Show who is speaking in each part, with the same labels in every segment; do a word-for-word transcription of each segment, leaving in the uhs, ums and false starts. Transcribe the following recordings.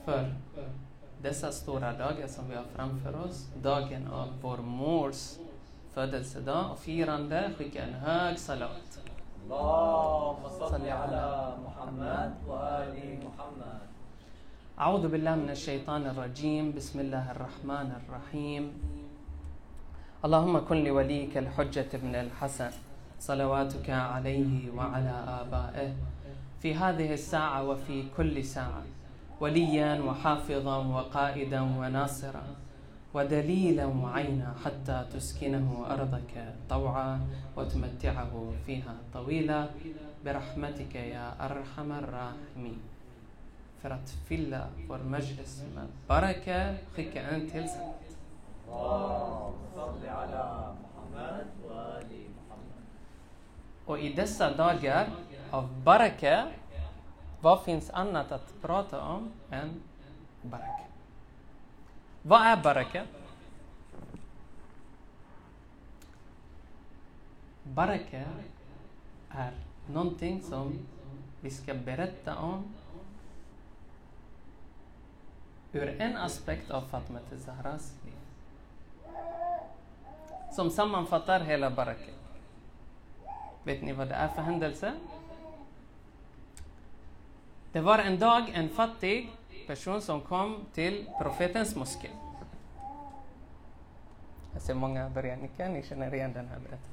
Speaker 1: för dessa stora dagar som vi har framför oss. Dagen av vår mors födelsedag och firande. Skicka en hög salat.
Speaker 2: Allahumma salli ala Muhammad wa ali Muhammad.
Speaker 1: أعوذ بالله من الشيطان الرجيم. بسم الله الرحمن الرحيم. اللهم كن لوليك الحجة ابن الحسن صلواتك عليه وعلى آبائه في هذه الساعة وفي كل ساعة وليا وحافظا وقائدا وناصرا ودليلا وعينا حتى تسكنه أرضك طوعا وتمتعه فيها طويلا برحمتك يا أرحم الراحمين. För att fylla vår majlis med baraka skicka en till salat. Och i dessa dagar av baraka, vad finns annat att prata om än baraka? Vad är baraka? Baraka är någonting som vi ska berätta om ur en aspekt av Fatima Zahras liv. Som sammanfattar hela baraka. Vet ni vad det är för händelse? Det var en dag en fattig person som kom till profetens moské. Jag ser många börjar nicka, ni känner igen den här berättelsen.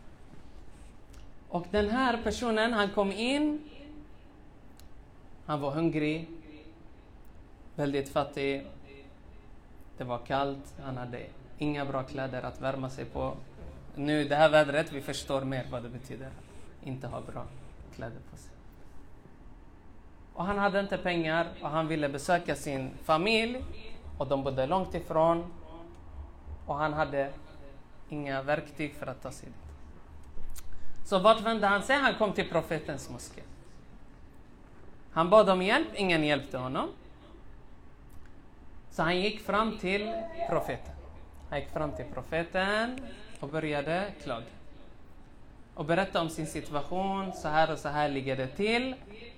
Speaker 1: Och den här personen, han kom in. Han var hungrig. Väldigt fattig. Det var kallt. Han hade inga bra kläder att värma sig på. Nu det här vädret, vi förstår mer vad det betyder. Inte ha bra kläder på sig. Och han hade inte pengar och han ville besöka sin familj. Och de bodde långt ifrån. Och han hade inga verktyg för att ta sig dit. Så vart vände han sig? Han kom till profetens moské. Han bad om hjälp, ingen hjälpte honom. Så han gick fram till profeten. Han gick fram till profeten och började klaga. Och berätta om sin situation. Så här och så här ligger det till.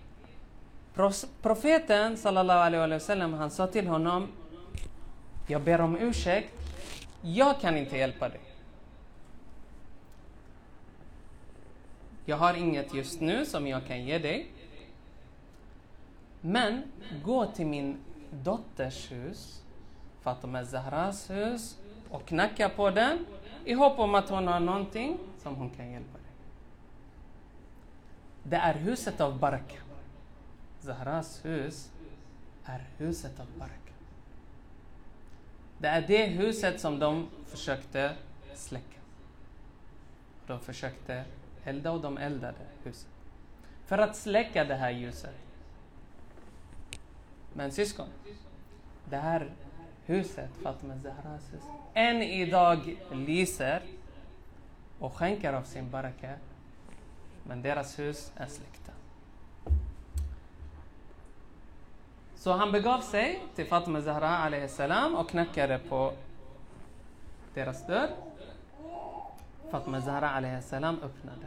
Speaker 1: Profeten sallallahu alaihi wa sallam, han sa till honom: jag ber om ursäkt. Jag kan inte hjälpa dig. Jag har inget just nu som jag kan ge dig. Men gå till min dotters hus, Fatima Zahras hus, och knacka på den i hopp om att hon har någonting som hon kan hjälpa dig. Det är huset av baraka. Zahras hus är huset av baraka. Det är det huset som de försökte släcka. De försökte elda och de eldade huset. För att släcka det här ljuset. Men syskon, det här huset, Fatima Zahras hus, än idag lyser och skänker av sin baraka. Men deras hus är släckta. Så han begav sig till Fatima Zahra alaihi salam och knackade på deras dörr. Fatima Zahra alaihi salam öppnade.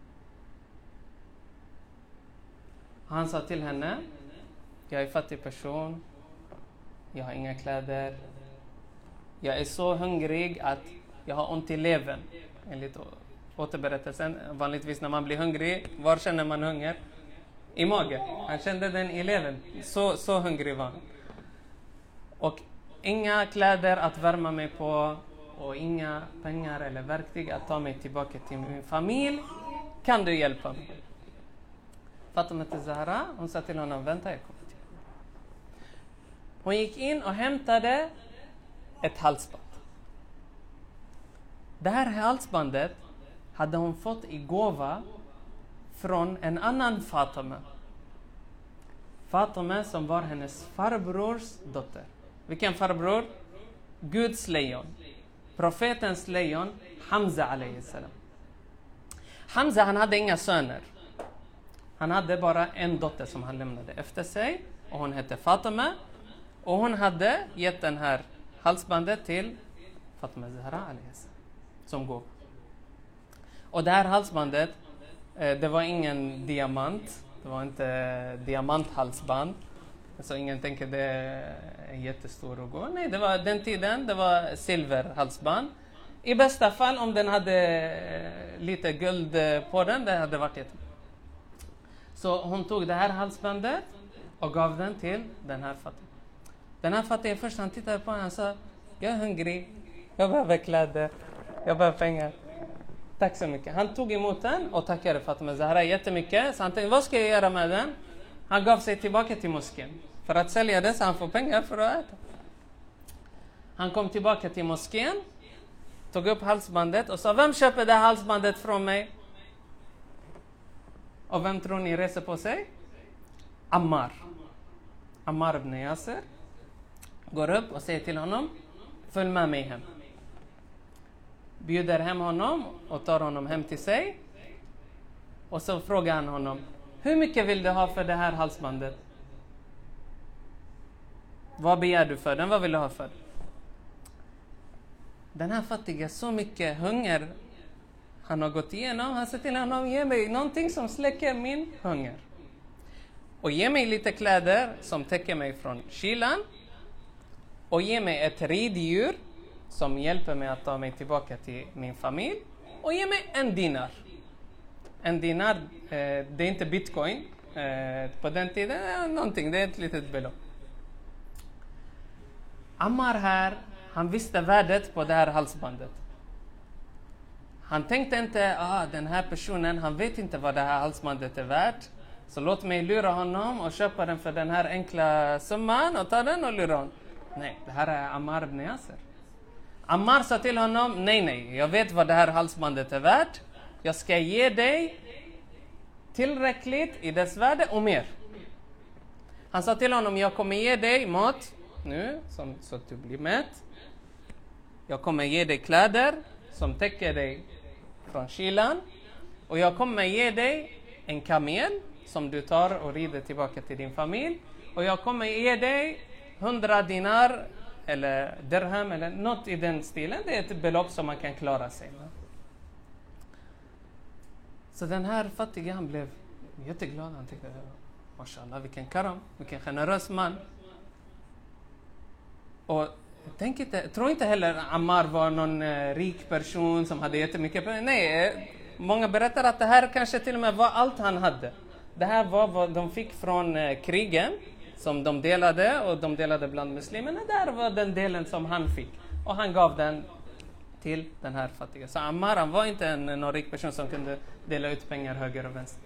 Speaker 1: Han sa till henne: jag är fattig person. Jag har inga kläder. Jag är så hungrig att jag har ont i levern. Enligt återberättelsen, vanligtvis när man blir hungrig, var känner man hunger? I magen. Han kände den i levern. Så, så hungrig var han. Och inga kläder att värma mig på. Och inga pengar eller verktyg att ta mig tillbaka till min familj. Kan du hjälpa mig? Fatima Zahra, hon sa till honom: vänta, jag kommer till. Hon gick in och hämtade ett halsband. Det här halsbandet hade hon fått i gåva från en annan Fatima. Fatima som var hennes farbrors dotter. Vilken farbror? Guds lejon. Profetens lejon, Hamza alayhi salam. Hamza, han hade inga söner. Han hade bara en dotter som han lämnade efter sig. Och hon hette Fatima. Och hon hade gett den här halsbandet till Fatima Zahra alayhi salam. Som gåva. Och det här halsbandet, det var ingen diamant. Det var inte diamanthalsband. Så ingen tänker det är jättestor och gå. Nej, det var den tiden, det var silverhalsband. I bästa fall om den hade lite guld på den, det hade varit jättebra. Så hon tog det här halsbandet och gav den till den här fattiga. Den här fattiga först han tittade på henne och sa, jag är hungrig, jag behöver kläder, jag behöver pengar. Tack så mycket. Han tog emot den och tackade Fatima Zahra jättemycket. Så han tänkte, vad ska jag göra med den? Han gav sig tillbaka till moskén för att sälja det så han får pengar för att äta. Han kom tillbaka till moskén, tog upp halsbandet och sa, vem köper det här halsbandet från mig? Och vem tror ni reser på sig? Ammar. Ammar ibn Yasir går upp och säger till honom, följ med mig hem. Bjuder hem honom och tar honom hem till sig. Och så frågar han honom, hur mycket vill du ha för det här halsbandet? Vad begär du för den? Vad vill du ha för den? Den här fattiga, så mycket hunger han har gått igenom. Han säger till honom, ge mig någonting som släcker min hunger. Och ge mig lite kläder som täcker mig från kylan. Och ge mig ett riddjur som hjälper mig att ta mig tillbaka till min familj. Och ge mig en dinar. En dinar, eh, det är inte bitcoin. Eh, på den tiden är någonting, det är ett litet belopp. Ammar här, han visste värdet på det här halsbandet. Han tänkte inte, ah, den här personen, han vet inte vad det här halsbandet är värt. Så låt mig lura honom och köpa den för den här enkla summan och ta den och lura honom. Nej, det här är Ammar ibn Yasir. Ammar sa till honom, nej, nej, jag vet vad det här halsbandet är värt. Jag ska ge dig tillräckligt i dess värde och mer. Han sa till honom, jag kommer ge dig mat nu, som, så att du blir mätt. Jag kommer ge dig kläder som täcker dig från kylan. Och jag kommer ge dig en kamel som du tar och rider tillbaka till din familj. Och jag kommer ge dig hundra dinar eller dirham eller något i den stilen. Det är ett belopp som man kan klara sig med. Så den här fattiga, han blev jätteglad. Han tänkte, mashallah, vilken karam, vilken generös man. Och tänk inte, tror inte heller Ammar var någon eh, rik person som hade jättemycket pengar. Nej, eh, många berättar att det här kanske till och med var allt han hade. Det här var vad de fick från eh, krigen som de delade och de delade bland muslimerna. Där var den delen som han fick. Och han gav den till den här fattiga. Så Ammar, han var inte en, någon rik person som kunde dela ut pengar höger och vänster.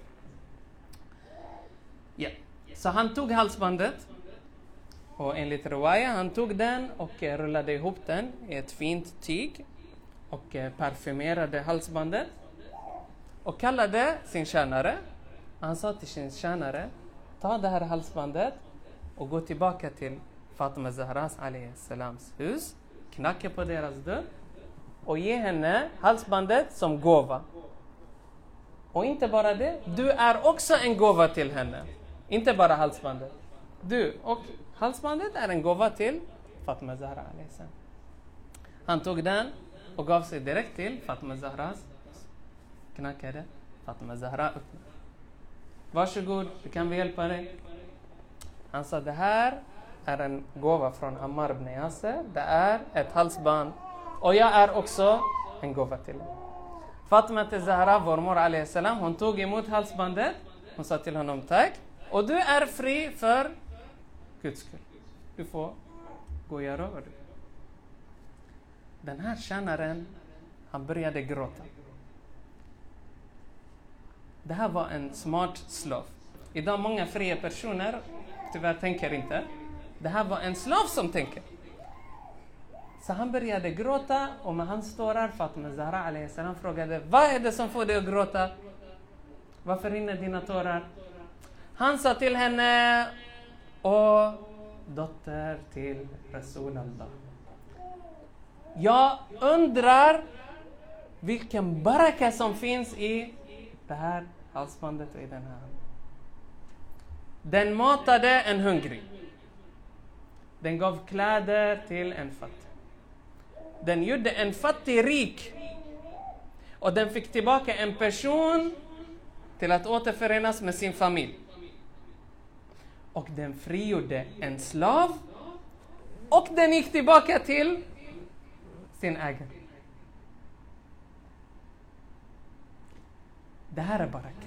Speaker 1: Ja, så han tog halsbandet. Och enligt Ruwaya, han tog den och rullade ihop den i ett fint tyg. Och parfymerade halsbandet. Och kallade sin tjänare. Han sa till sin tjänare, ta det här halsbandet och gå tillbaka till Fatima Zahras alaihissalams hus. Knacka på deras dörr. Och ge henne halsbandet som gåva. Och inte bara det, du är också en gåva till henne. Inte bara halsbandet. Du och halsbandet är en gåva till Fatima Zahra alaihissalam. Han tog den och gav sig direkt till Fatima Zahras. Knackade. Fatima Zahra öppnade. Varsågod, vi kan vi hjälpa dig. Han sa, det här är en gåva från Ammar ibn Yasir. Det är ett halsband. Och jag är också en gåva till dig. Fatima Zahra, vår mor alaihissalam, hon tog emot halsbandet. Hon sa till honom, tack. Och du är fri för Guds skull. Du får gå och göra vad du. Den här tjänaren, han började gråta. Det här var en smart slav. Idag många fria personer tyvärr tänker inte. Det här var en slav som tänker. Så han började gråta och med hans tårar, Fatima Zahra alaihissalam frågade, vad är det som får dig att gråta? Varför rinner dina tårar? Han sa till henne, åh dotter till Rasulallah. Jag undrar vilken baraka som finns i det här halsbandet och i den här. Den matade en hungrig. Den gav kläder till en fattig. Den gjorde en fattig rik. Och den fick tillbaka en person till att återförenas med sin familj. och den frigjorde en slav och den gick tillbaka till sin ägare. Det här är baraka.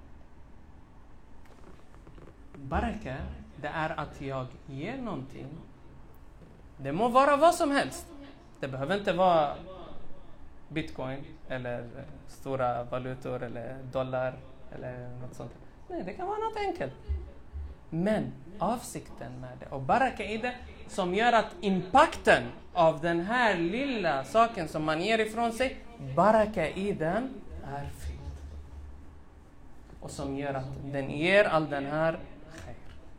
Speaker 1: Baraka, det är att jag ger någonting. Det må vara vad som helst. Det behöver inte vara bitcoin eller stora valutor eller dollar eller något sånt. Nej, det kan vara något enkelt. Men avsikten med det och baraka i det som gör att impakten av den här lilla saken som man ger ifrån sig, baraka i den är fylld. Och som gör att den ger all den här khair.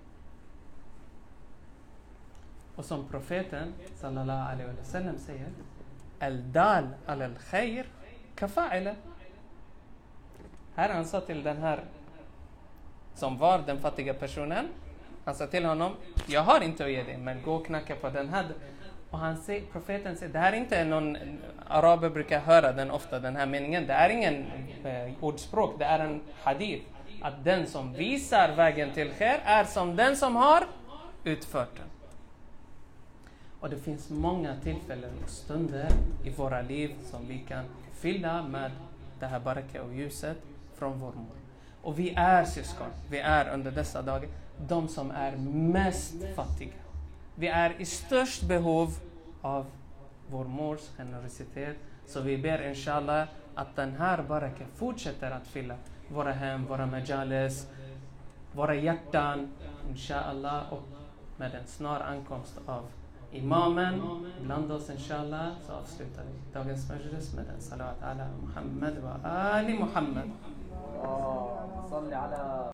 Speaker 1: Och som profeten sallallahu alaihi wa sallam säger, al-dal al-khair kafa'ila. Här han sa till den här som var den fattiga personen, han sa till honom, jag har inte att ge dig, men gå och knacka på den här. Och han säger, profeten säger, det här är inte någon, araber brukar höra den ofta, den här meningen, det är ingen eh, ordspråk, det är en hadith, att den som visar vägen till khair är som den som har utfört den. Och det finns många tillfällen och stunder i våra liv som vi kan fylla med det här baraka och ljuset från vår mor. Och vi är syskon, vi är under dessa dagar de som är mest fattiga. Vi är i störst behov av vår mors generositet. Så vi ber inshallah att den här baraka fortsätter att fylla våra hem, våra majalis, våra hjärtan inshallah. Och med en snar ankomst av imamen bland oss inshallah så avslutar vi dagens majlis med en salawat ala Muhammad wa ali Muhammad.